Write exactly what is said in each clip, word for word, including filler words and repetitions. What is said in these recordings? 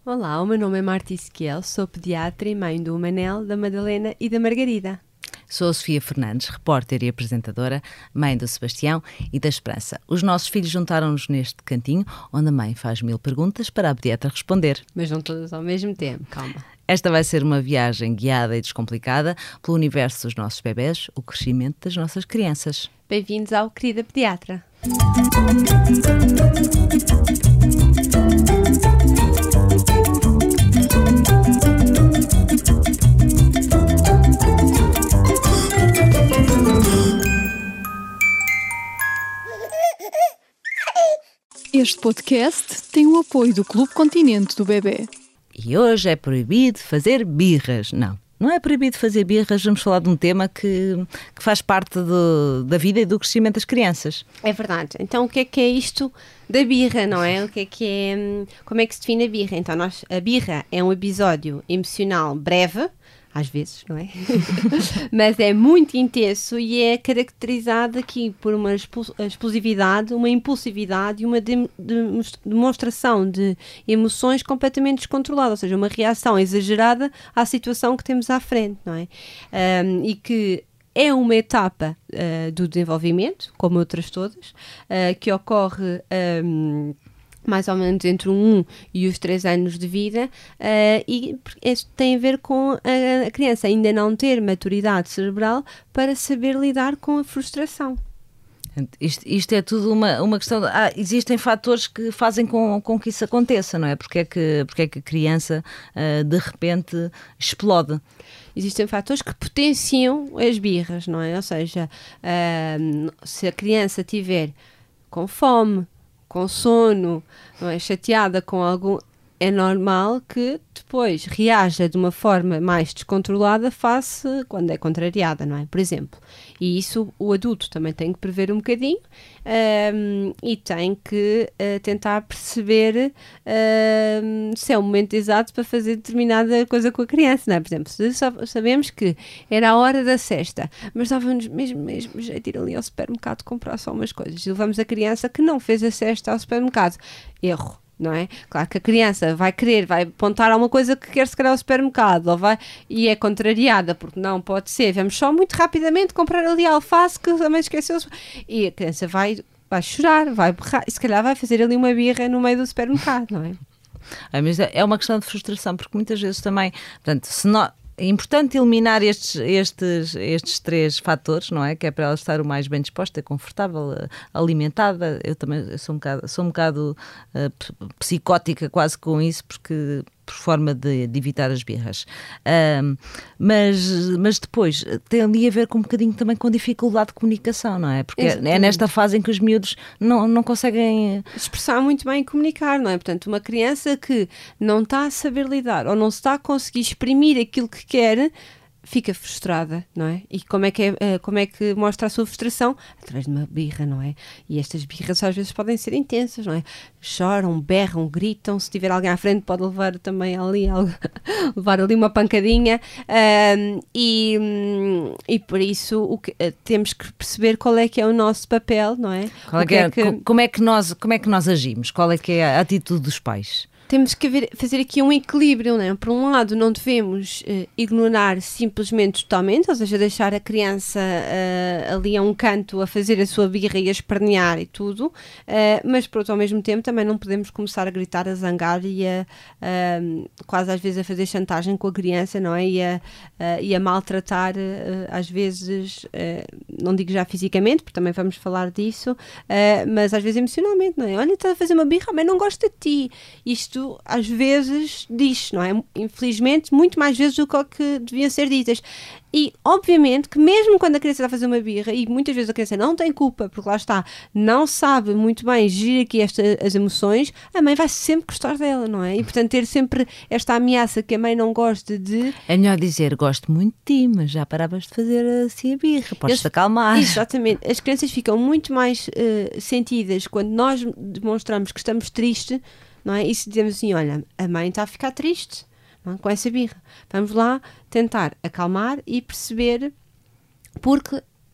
Olá, o meu nome é Marta Ezequiel, sou pediatra e mãe do Manel, da Madalena e da Margarida. Sou a Sofia Fernandes, repórter e apresentadora, mãe do Sebastião e da Esperança. Os nossos filhos juntaram-nos neste cantinho, onde a mãe faz mil perguntas para a pediatra responder. Mas não todas ao mesmo tempo, calma. Esta vai ser uma viagem guiada e descomplicada pelo universo dos nossos bebés, o crescimento das nossas crianças. Bem-vindos ao Querida Pediatra. Este podcast tem o apoio do Clube Continente do Bebé. E hoje é proibido fazer birras. Não, não é proibido fazer birras. Vamos falar de um tema que, que faz parte do, da vida e do crescimento das crianças. É verdade. Então o que é que é isto da birra, não é? O que é que é... Como é que se define a birra? Então nós, a birra é um episódio emocional breve, às vezes, não é? Mas é muito intenso e é caracterizado aqui por uma explosividade, uma impulsividade e uma de, de, demonstração de emoções completamente descontrolada, ou seja, uma reação exagerada à situação que temos à frente, não é? Um, e que é uma etapa uh, do desenvolvimento, como outras todas, uh, que ocorre... Um, mais ou menos entre um e os três anos de vida, uh, e isso tem a ver com a, a criança ainda não ter maturidade cerebral para saber lidar com a frustração. Isto, isto é tudo uma, uma questão de, ah, existem fatores que fazem com, com que isso aconteça, não é? Porque é que, porque é que a criança uh, de repente explode? Existem fatores que potenciam as birras, não é? Ou seja, uh, se a criança tiver com fome, com sono, não é, chateada com algum, é normal que depois reaja de uma forma mais descontrolada face quando é contrariada, não é? Por exemplo. E isso o adulto também tem que prever um bocadinho um, e tem que uh, tentar perceber um, se é o momento exato para fazer determinada coisa com a criança, não é? Por exemplo, se sabemos que era a hora da cesta, mas dava-nos mesmo, mesmo jeito de ir ali ao supermercado comprar só umas coisas. E levamos a criança que não fez a cesta ao supermercado. Erro. Não é? Claro que a criança vai querer, vai apontar a uma coisa que quer se calhar ao supermercado, ou vai, e é contrariada, porque não pode ser, vamos só muito rapidamente comprar ali a alface que também esqueceu, e a criança vai, vai chorar, vai berrar, e se calhar vai fazer ali uma birra no meio do supermercado, não é? É, mas é uma questão de frustração, porque muitas vezes também, portanto, se nós... É importante eliminar estes, estes, estes três fatores, não é? Que é para ela estar o mais bem disposta, confortável, alimentada. Eu também eu sou um bocado, sou um bocado uh, psicótica quase com isso, porque por forma de, de evitar as birras. Uh, mas, mas depois tem ali a ver com um bocadinho também com dificuldade de comunicação, não é? Porque Exatamente. É nesta fase em que os miúdos não, não conseguem... expressar muito bem e comunicar, não é? Portanto, uma criança que não está a saber lidar ou não está a conseguir exprimir aquilo que quer, fica frustrada, não é? E como é que, é, como é que mostra a sua frustração? Através de uma birra, não é? E estas birras às vezes podem ser intensas, não é? Choram, berram, gritam, se tiver alguém à frente pode levar também ali, levar ali uma pancadinha, um, e, e por isso o que, temos que perceber qual é que é o nosso papel, não é? Qual é que é, que é que... Como, é que nós, como é que nós agimos? Qual é que é a atitude dos pais? Temos que ver, fazer aqui um equilíbrio, não é? Por um lado, não devemos uh, ignorar simplesmente totalmente, ou seja, deixar a criança uh, ali a um canto a fazer a sua birra e a espernear e tudo, uh, mas por outro, ao mesmo tempo também não podemos começar a gritar, a zangar e a uh, quase às vezes a fazer chantagem com a criança, não é? E a, uh, e a maltratar uh, às vezes, uh, não digo já fisicamente, porque também vamos falar disso, uh, mas às vezes emocionalmente, não é? Olha, estás a fazer uma birra, mas não gosto de ti. Isto às vezes diz, não é? Infelizmente, muito mais vezes do que o que deviam ser ditas. E, obviamente, que mesmo quando a criança está a fazer uma birra, e muitas vezes a criança não tem culpa, porque lá está, não sabe muito bem gerir aqui esta, as emoções, a mãe vai sempre gostar dela, não é? E, portanto, ter sempre esta ameaça que a mãe não gosta de... É melhor dizer, gosto muito de ti, mas já paravas de fazer assim a birra, podes-te acalmar. Exatamente. As crianças ficam muito mais uh, sentidas quando nós demonstramos que estamos tristes, não é? E se dizemos assim, olha, a mãe está a ficar triste, não é? Com essa birra. Vamos lá tentar acalmar e perceber, porque,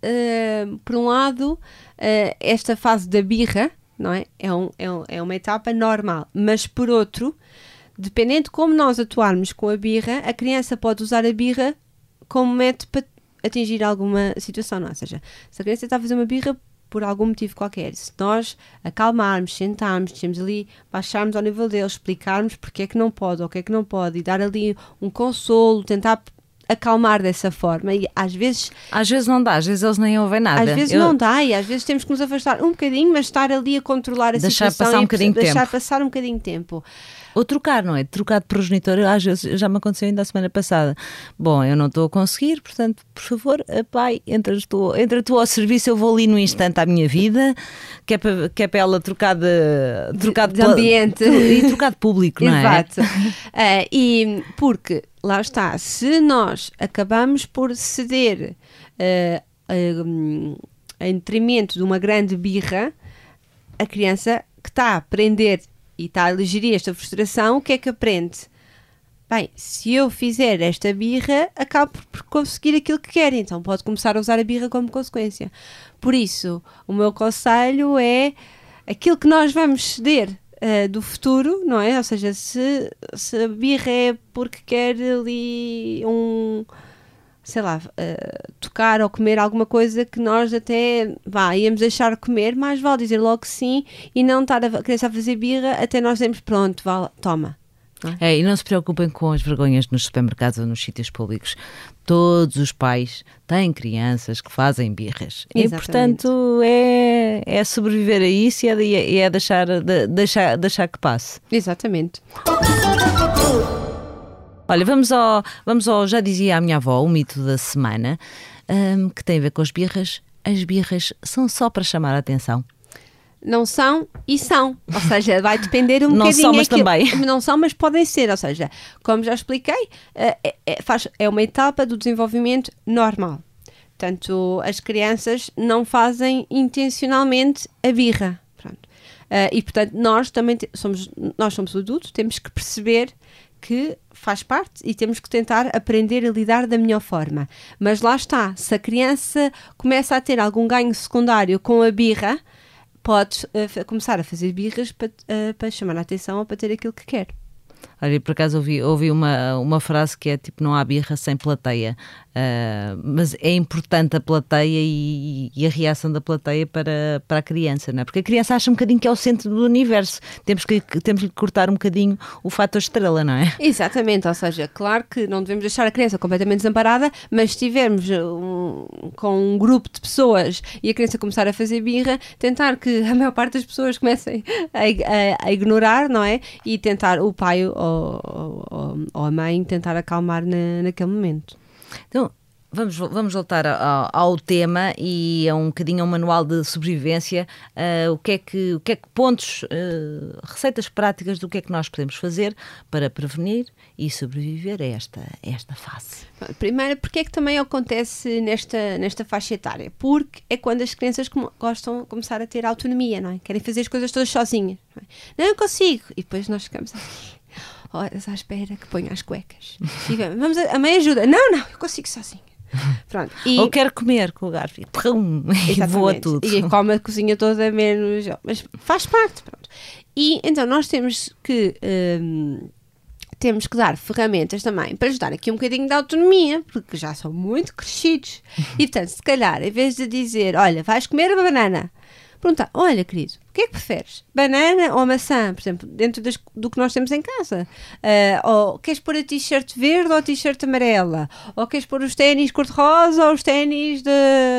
uh, por um lado, uh, esta fase da birra, não é? É, um, é, um, é uma etapa normal, mas por outro, dependendo de como nós atuarmos com a birra, a criança pode usar a birra como método para atingir alguma situação, não é? Ou seja, se a criança está a fazer uma birra por algum motivo qualquer, se nós acalmarmos, sentarmos, deixarmos ali, baixarmos ao nível deles, explicarmos porque é que não pode ou o que é que não pode e dar ali um consolo, tentar acalmar dessa forma, e às vezes às vezes não dá, às vezes eles nem ouvem nada, às vezes Eu... não dá, e às vezes temos que nos afastar um bocadinho, mas estar ali a controlar a deixar situação passar um e bocadinho de deixar tempo. passar um bocadinho de tempo. Ou trocar, não é? Trocar de progenitor, às vezes já me aconteceu ainda a semana passada. Bom, eu não estou a conseguir, portanto, por favor, pai, entra tu, entra tu ao serviço, eu vou ali no instante à minha vida, que é para, que é para ela trocar de, trocar de, de ambiente e trocar de público, não é? Exato. uh, e porque, lá está, se nós acabamos por ceder uh, uh, em detrimento de uma grande birra, a criança que está a aprender e está a gerir esta frustração, o que é que aprende? Bem, se eu fizer esta birra, acabo por conseguir aquilo que quero, então pode começar a usar a birra como consequência. Por isso, o meu conselho é aquilo que nós vamos ceder uh, do futuro, não é? Ou seja, se, se a birra é porque quer ali um... sei lá, uh, tocar ou comer alguma coisa que nós até, vá, íamos deixar comer, mais vale dizer logo sim e não estar a criança a fazer birra até nós dizemos pronto, vá, toma. É? É, e não se preocupem com as vergonhas nos supermercados ou nos sítios públicos. Todos os pais têm crianças que fazem birras. Exatamente. E, portanto, é, é sobreviver a isso e é, é deixar, de, deixar, deixar que passe. Exatamente. Olha, vamos ao, vamos ao, já dizia a minha avó, o mito da semana, um, que tem a ver com as birras. As birras são só para chamar a atenção. Não são e são, ou seja, vai depender um não bocadinho. Não são, mas aquilo. também. Não são, mas podem ser, ou seja, como já expliquei, é, é, faz, é uma etapa do desenvolvimento normal. Portanto, as crianças não fazem intencionalmente a birra. Pronto. Uh, e, portanto, nós também te, somos, nós somos adultos, temos que perceber que faz parte e temos que tentar aprender a lidar da melhor forma. Mas lá está, se a criança começa a ter algum ganho secundário com a birra, pode uh, começar a fazer birras para, uh, para chamar a atenção ou para ter aquilo que quer. Olha, por acaso ouvi, ouvi uma, uma frase que é tipo, não há birra sem plateia, uh, mas é importante a plateia e, e a reação da plateia para, para a criança, não é? Porque a criança acha um bocadinho que é o centro do universo, temos que, temos que cortar um bocadinho o fator estrela, não é? Exatamente, ou seja, claro que não devemos deixar a criança completamente desamparada, mas se estivermos um, com um grupo de pessoas e a criança começar a fazer birra, tentar que a maior parte das pessoas comecem a, a, a ignorar, não é? E tentar o pai ou, ou, ou a mãe tentar acalmar na, naquele momento. Então, vamos, vamos voltar ao, ao tema e a um bocadinho ao manual de sobrevivência. Uh, o que é que, o que é que pontos, uh, receitas práticas do que é que nós podemos fazer para prevenir e sobreviver a esta, a esta fase? Primeiro, porque é que também acontece nesta, nesta faixa etária? Porque é quando as crianças com, gostam de começar a ter autonomia, não é? Querem fazer as coisas todas sozinhas. Não, é? Não, eu consigo. E depois nós ficamos assim, horas à espera que ponha as cuecas. E vamos, a, a mãe ajuda. Não, não, eu consigo sozinha. Pronto. E, ou quero comer com o garfo e, pum, e voa tudo. E come a cozinha toda menos... Mas faz parte. Pronto. E então nós temos que... Hum, temos que dar ferramentas também para ajudar aqui um bocadinho de autonomia, porque já são muito crescidos. E, portanto, se calhar, em vez de dizer, olha, vais comer uma banana, perguntar, olha, querido, o que é que preferes? Banana ou maçã? Por exemplo, dentro das, do que nós temos em casa. Uh, ou queres pôr a t-shirt verde ou a t-shirt amarela? Ou queres pôr os ténis cor-de-rosa ou os ténis de...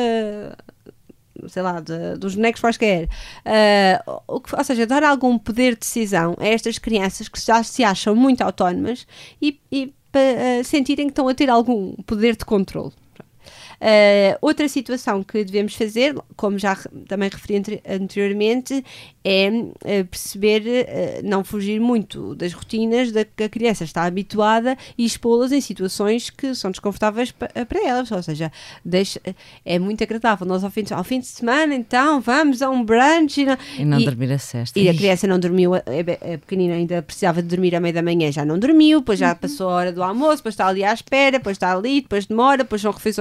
sei lá, de, dos bonecos quaisquer, uh, ou, ou seja, dar algum poder de decisão a estas crianças que já se acham muito autónomas e, e para uh, sentirem que estão a ter algum poder de controle. Uh, outra situação que devemos fazer, como já também referi anteriormente, é uh, perceber, uh, não fugir muito das rotinas da que a criança está habituada e expô-las em situações que são desconfortáveis pa para elas, ou seja, deixa, é muito agradável nós ao fim, de, ao fim de semana, então vamos a um brunch e não, e não e, dormir a sesta. E a criança não dormiu, a, a pequenina ainda precisava de dormir à meia da manhã, já não dormiu, depois já passou a hora do almoço, depois está ali à espera, depois está ali, depois demora, depois são refeições mais prolongadas.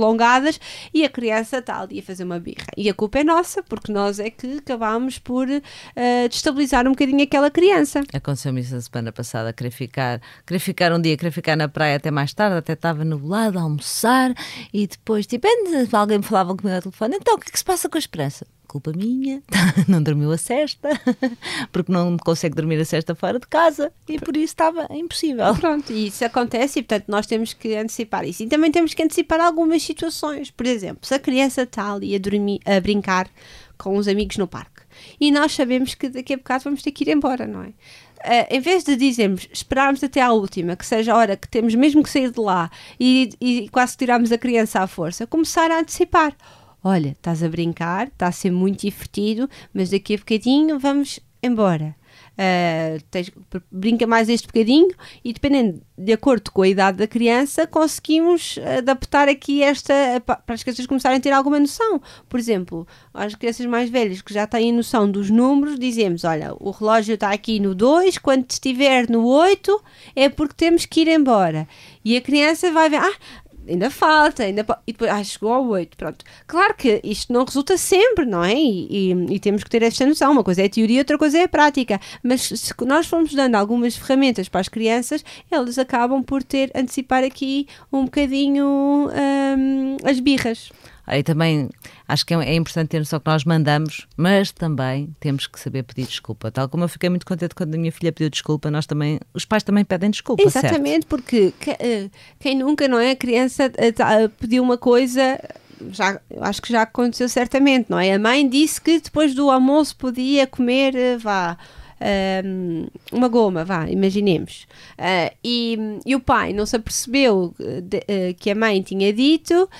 prolongadas e a criança está ali a fazer uma birra. E a culpa é nossa, porque nós é que acabámos por uh, destabilizar um bocadinho aquela criança. Aconteceu-me isso a semana passada, querer ficar, querer ficar um dia, querer ficar na praia até mais tarde, até estava nublado a almoçar e depois, tipo, alguém me falava comigo ao telefone, então o que é que se passa com a Esperança? Culpa minha, não dormiu a sesta, porque não consegue dormir a sesta fora de casa e por isso estava impossível. Pronto, e isso acontece e portanto nós temos que antecipar isso. E também temos que antecipar algumas situações. Por exemplo, se a criança está ali a, dormir, a brincar com os amigos no parque e nós sabemos que daqui a bocado vamos ter que ir embora, não é? Uh, em vez de dizermos, esperarmos até à última, que seja a hora que temos mesmo que sair de lá e, e quase tirarmos a criança à força, começar a antecipar. Olha, estás a brincar, está a ser muito divertido, mas daqui a bocadinho vamos embora. Uh, tens, brinca mais este bocadinho e dependendo, de acordo com a idade da criança, conseguimos adaptar aqui esta, para as crianças começarem a ter alguma noção. Por exemplo, as crianças mais velhas que já têm noção dos números, dizemos, olha, o relógio está aqui no dois, quando estiver no oito é porque temos que ir embora. E a criança vai ver, ah, ainda falta, ainda po-. E depois, ah, chegou ao oito, pronto. Claro que isto não resulta sempre, não é? E, e, e temos que ter esta noção. Uma coisa é a teoria, outra coisa é a prática. Mas se nós formos dando algumas ferramentas para as crianças, elas acabam por ter, antecipar aqui um bocadinho hum, as birras. Aí também acho que é importante ter noção que nós mandamos, mas também temos que saber pedir desculpa. Tal como eu fiquei muito contente quando a minha filha pediu desculpa, nós também, os pais também pedem desculpa. Exatamente, certo? Porque quem nunca, não é? A criança pediu uma coisa, já, acho que já aconteceu certamente, não é? A mãe disse que depois do almoço podia comer, vá, Um, uma goma, vá, imaginemos. Uh, e, e o pai não se apercebeu de, uh, que a mãe tinha dito uh,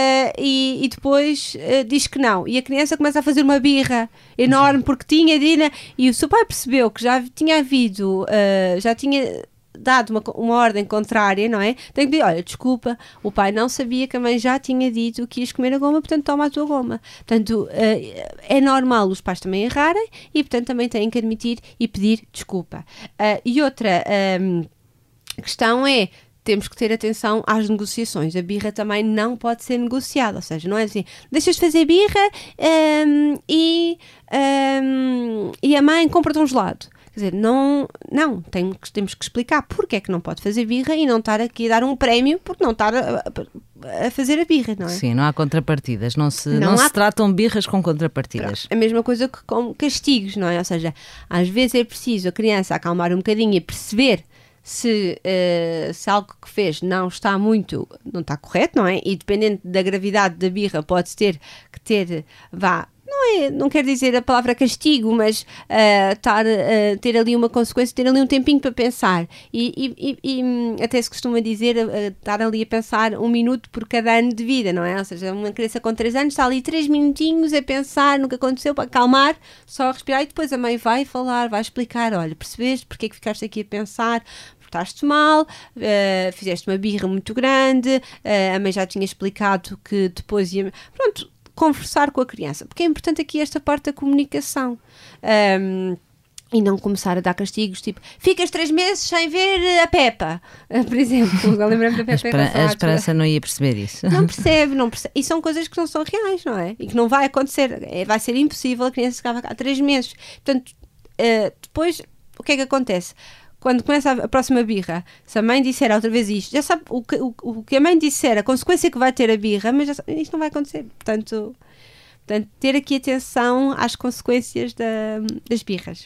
e, e depois uh, diz que não. E a criança começa a fazer uma birra enorme porque tinha dito, e o seu pai percebeu que já tinha havido, uh, já tinha dado uma, uma ordem contrária, não é? Tem que dizer, olha, desculpa, o pai não sabia que a mãe já tinha dito que ias comer a goma, portanto toma a tua goma. Portanto, uh, é normal os pais também errarem e, portanto, também têm que admitir e pedir desculpa. Uh, e outra um, questão é, temos que ter atenção às negociações. A birra também não pode ser negociada, ou seja, não é assim, deixas de fazer birra um, e, um, e a mãe compra-te um gelado. Quer dizer, não, não tem, temos que explicar porque é que não pode fazer birra e não estar aqui a dar um prémio porque não estar a, a, a fazer a birra, não é? Sim, não há contrapartidas, não se, não não há... se tratam birras com contrapartidas. A mesma coisa que com castigos, não é? Ou seja, às vezes é preciso a criança acalmar um bocadinho e perceber se, uh, se algo que fez não está muito, não está correto, não é? E dependendo da gravidade da birra pode ter que ter, vá, não, é, não quero dizer a palavra castigo, mas uh, tar, uh, ter ali uma consequência, ter ali um tempinho para pensar. E, e, e até se costuma dizer uh, estar ali a pensar um minuto por cada ano de vida, não é? Ou seja, uma criança com três anos está ali três minutinhos a pensar no que aconteceu, para acalmar, só a respirar, e depois a mãe vai falar, vai explicar, olha, percebeste porque é que ficaste aqui a pensar? Portaste mal, uh, fizeste uma birra muito grande, uh, a mãe já tinha explicado que depois ia... Pronto, conversar com a criança, porque é importante aqui esta parte da comunicação. Um, e não começar a dar castigos, tipo, ficas três meses sem ver a Peppa, uh, por exemplo. Eu lembro-me da Peppa. A, espera, a Esperança não ia perceber isso. Não percebe, não percebe. E são coisas que não são reais, não é? E que não vai acontecer. É, vai ser impossível a criança ficar há três meses. Portanto, uh, depois, o que é que acontece? Quando começa a, a próxima birra, se a mãe disser outra vez isto, já sabe o que, o, o que a mãe disser, a consequência que vai ter a birra, mas já sabe, isto não vai acontecer. Portanto, portanto, ter aqui atenção às consequências da, das birras.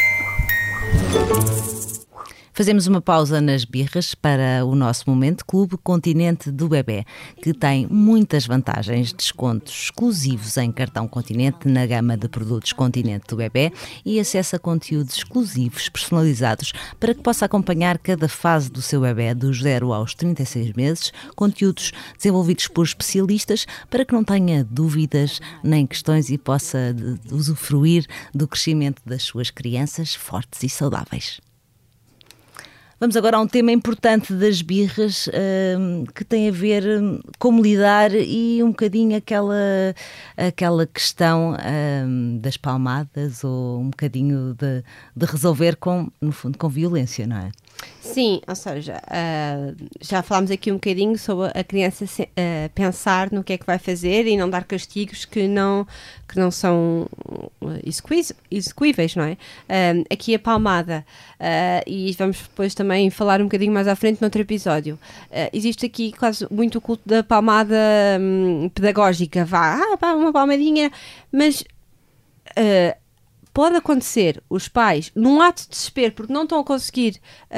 Fazemos uma pausa nas birras para o nosso momento Clube Continente do Bebé, que tem muitas vantagens, descontos exclusivos em cartão Continente na gama de produtos Continente do Bebé e acesso a conteúdos exclusivos personalizados para que possa acompanhar cada fase do seu bebé dos zero aos trinta e seis meses, conteúdos desenvolvidos por especialistas para que não tenha dúvidas nem questões e possa usufruir do crescimento das suas crianças fortes e saudáveis. Vamos agora a um tema importante das birras, um, que tem a ver um, como lidar e um bocadinho aquela, aquela questão um, das palmadas ou um bocadinho de, de resolver com, no fundo, com violência, não é? Sim, ou seja, uh, já falámos aqui um bocadinho sobre a criança se, uh, pensar no que é que vai fazer e não dar castigos que não, que não são execuíveis, não é? Uh, aqui a palmada, uh, e vamos depois também falar um bocadinho mais à frente noutro episódio. Uh, existe aqui quase muito o culto da palmada um, pedagógica, vá, ah, pá, uma palmadinha, mas... Uh, pode acontecer os pais, num ato de desespero, porque não estão a conseguir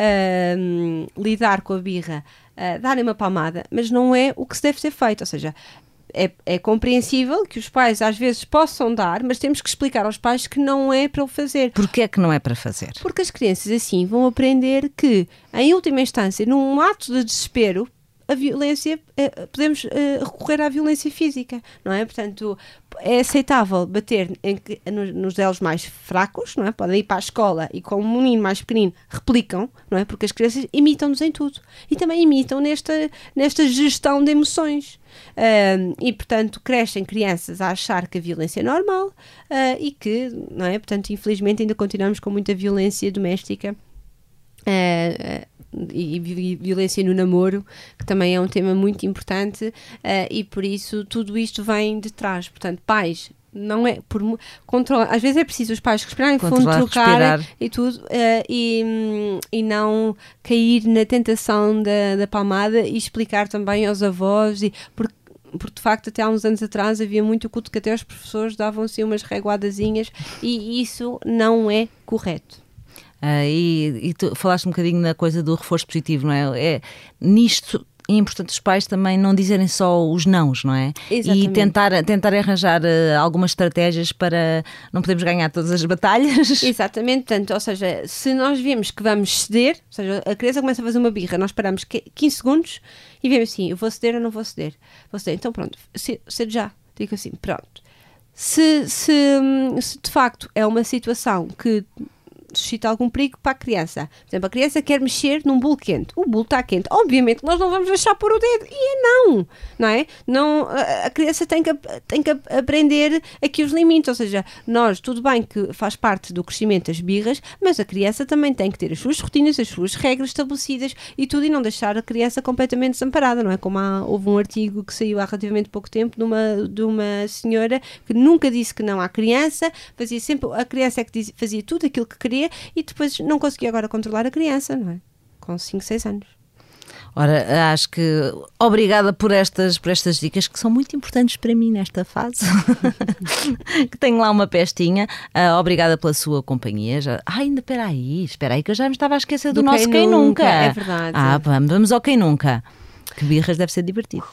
uh, lidar com a birra, uh, darem uma palmada, mas não é o que se deve ser feito. Ou seja, é, é compreensível que os pais às vezes possam dar, mas temos que explicar aos pais que não é para o fazer. Porquê é que não é para fazer? Porque as crianças assim vão aprender que, em última instância, num ato de desespero, a violência, uh, podemos uh, recorrer à violência física, não é? Portanto, é aceitável bater em, nos, nos elos mais fracos, não é? Podem ir para a escola e com um menino mais pequenino replicam, não é? Porque as crianças imitam-nos em tudo e também imitam nesta, nesta gestão de emoções. Uh, e, portanto, crescem crianças a achar que a violência é normal uh, e que, não é? Portanto, infelizmente ainda continuamos com muita violência doméstica. Uh, uh, E, e violência no namoro, que também é um tema muito importante, uh, e por isso tudo isto vem de trás. Portanto, pais, não é por controlar, às vezes é preciso os pais respirarem fundo, trocar e tudo, uh, e, e não cair na tentação da, da palmada, e explicar também aos avós, e, porque porque de facto até há uns anos atrás havia muito culto que até os professores davam assim umas reguadazinhas, e isso não é correto. Uh, e, e tu falaste um bocadinho na coisa do reforço positivo, não é? É nisto é importante os pais também não dizerem só os nãos, não é? Exatamente. E tentar, tentar arranjar uh, algumas estratégias para não podemos ganhar todas as batalhas. Exatamente, portanto, ou seja, se nós vemos que vamos ceder, ou seja, a criança começa a fazer uma birra, nós paramos quinze segundos e vemos assim, eu vou ceder ou não vou ceder? Vou ceder, então pronto, cedo já, digo assim, pronto. Se, se, se de facto é uma situação que suscita algum perigo para a criança. Por exemplo, a criança quer mexer num bolo quente. O bolo está quente. Obviamente, nós não vamos deixar pôr o dedo. E é não. Não é? Não, a criança tem que, tem que aprender aqui os limites. Ou seja, nós, tudo bem que faz parte do crescimento das birras, mas a criança também tem que ter as suas rotinas, as suas regras estabelecidas e tudo, e não deixar a criança completamente desamparada, não é? Como há, houve um artigo que saiu há relativamente pouco tempo de uma, de uma senhora que nunca disse que não à criança, fazia sempre, a criança é que dizia, fazia tudo aquilo que queria, e depois não conseguia agora controlar a criança, não é? Com cinco, seis anos. Ora, acho que obrigada por estas, por estas dicas que são muito importantes para mim nesta fase. Que tenho lá uma pestinha. Uh, obrigada pela sua companhia. Já... Ah, ainda, espera aí, espera aí que eu já me estava a esquecer do, do nosso Quem, quem nunca. nunca. É verdade. Ah, vamos, vamos ao Quem Nunca. Que birras deve ser divertido.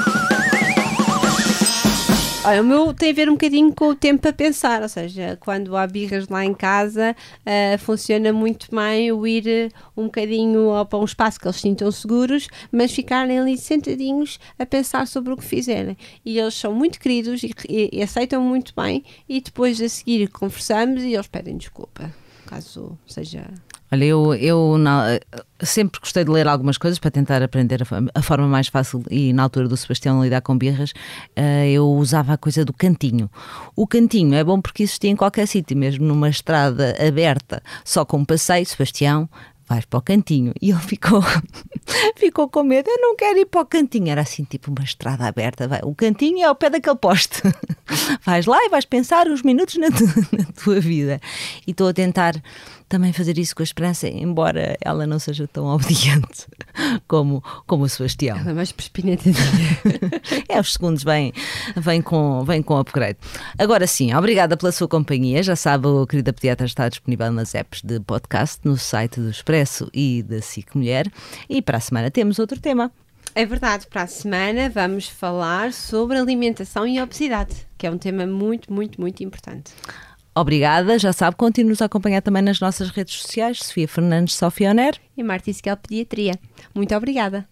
Olha, o meu tem a ver um bocadinho com o tempo a pensar, ou seja, quando há birras lá em casa, uh, funciona muito bem o ir um bocadinho para um espaço que eles sintam seguros, mas ficarem ali sentadinhos a pensar sobre o que fizerem. E eles são muito queridos e, e, e aceitam muito bem, e depois a seguir conversamos e eles pedem desculpa, caso seja... Olha, eu, eu não, sempre gostei de ler algumas coisas para tentar aprender a, a forma mais fácil, e na altura do Sebastião lidar com birras, uh, eu usava a coisa do cantinho. O cantinho é bom porque existia em qualquer sítio, mesmo numa estrada aberta, só com um passeio. Sebastião, vais para o cantinho. E ele ficou, ficou com medo. Eu não quero ir para o cantinho. Era assim, tipo uma estrada aberta. Vai. O cantinho é ao pé daquele poste. Vais lá e vais pensar uns minutos na, tu, na tua vida. E estou a tentar também fazer isso com a Esperança, embora ela não seja tão obediente como, como o Sebastião. Ela é mais perspinetadinha. É, os segundos vêm, vêm, com, vêm com upgrade. Agora sim, obrigada pela sua companhia. Já sabe, o Querida Pediatra está disponível nas apps de podcast, no site do Expresso e da S I C Mulher. E para a semana temos outro tema. É verdade, para a semana vamos falar sobre alimentação e obesidade, que é um tema muito, muito, muito importante. Obrigada, já sabe, continue-nos a acompanhar também nas nossas redes sociais, Sofia Fernandes, Sofia Oner e Marta Isquel Pediatria. Muito obrigada.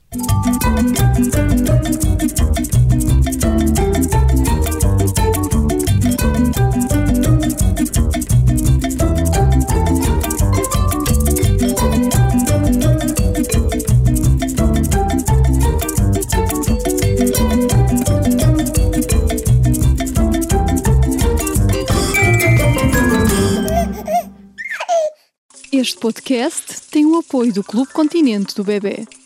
Este podcast tem o apoio do Clube Continente do Bebé.